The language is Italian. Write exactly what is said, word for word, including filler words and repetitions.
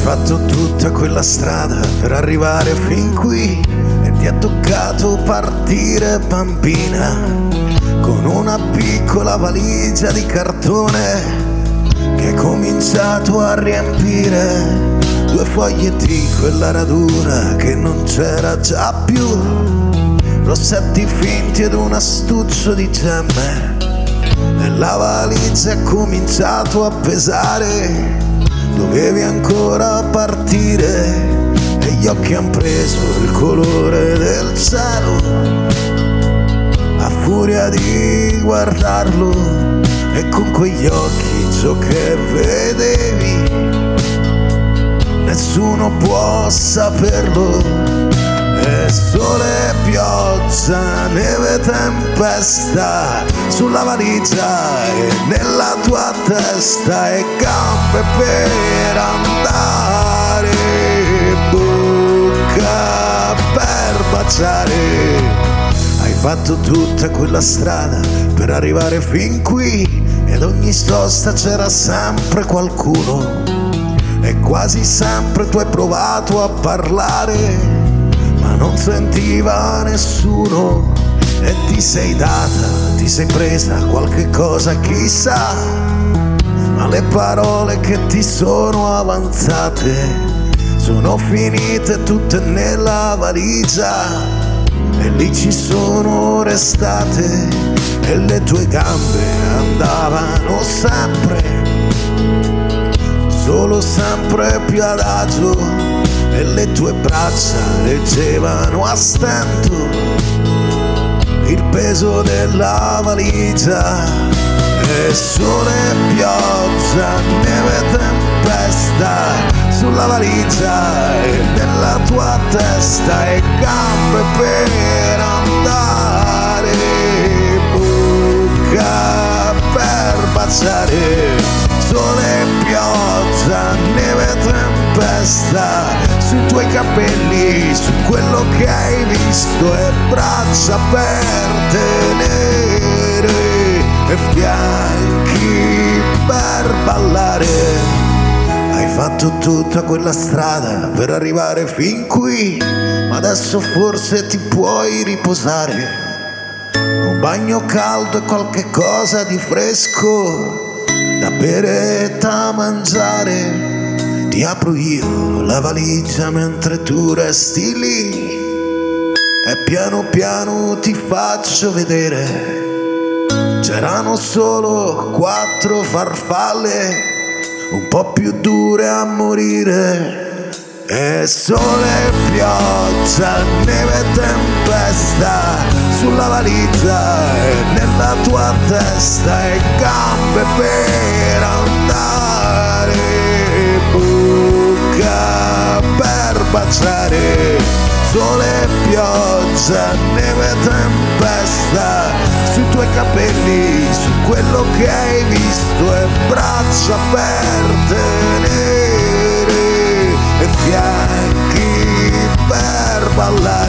fatto tutta quella strada per arrivare fin qui e ti ha toccato partire bambina con una piccola valigia di cartone che hai cominciato a riempire due foglie di quella radura che non c'era già più, rossetti finti ed un astuccio di gemme e la valigia ha cominciato a pesare. Dovevi ancora partire e gli occhi han preso il colore del cielo a furia di guardarlo, e con quegli occhi ciò che vedevi nessuno può saperlo. E sole, pioggia, neve, tempesta sulla valigia e nella tua testa, e gambe per andare, bocca per baciare. Hai fatto tutta quella strada per arrivare fin qui ed ogni sosta c'era sempre qualcuno e quasi sempre tu hai provato a parlare ma non sentiva nessuno, e ti sei data, ti sei presa qualche cosa chissà, ma le parole che ti sono avanzate sono finite tutte nella valigia e lì ci sono restate, e le tue gambe andavano sempre, solo sempre più adagio, e le tue braccia reggevano a stento il peso della valigia. E sole, pioggia, neve, tempesta sulla valigia e nella tua testa, e gambe per andare, bocca per baciare. Sole, pioggia, neve, tempesta sui tuoi capelli, su quello che hai visto, e braccia per tenere e fianchi per ballare. Hai fatto tutta quella strada per arrivare fin qui, ma adesso forse ti puoi riposare. Un bagno caldo e qualche cosa di fresco da bere e da mangiare. Ti apro io la valigia mentre tu resti lì e piano piano ti faccio vedere. C'erano solo quattro farfalle, un po' più dure a morire. E sole, pioggia, neve, tempesta sulla valigia e nella tua testa, e gambe per andare, bocca per baciare. Sole, pioggia, neve, tempesta sui tuoi capelli, su quello che hai visto, e braccia per tenere e fianchi per ballare.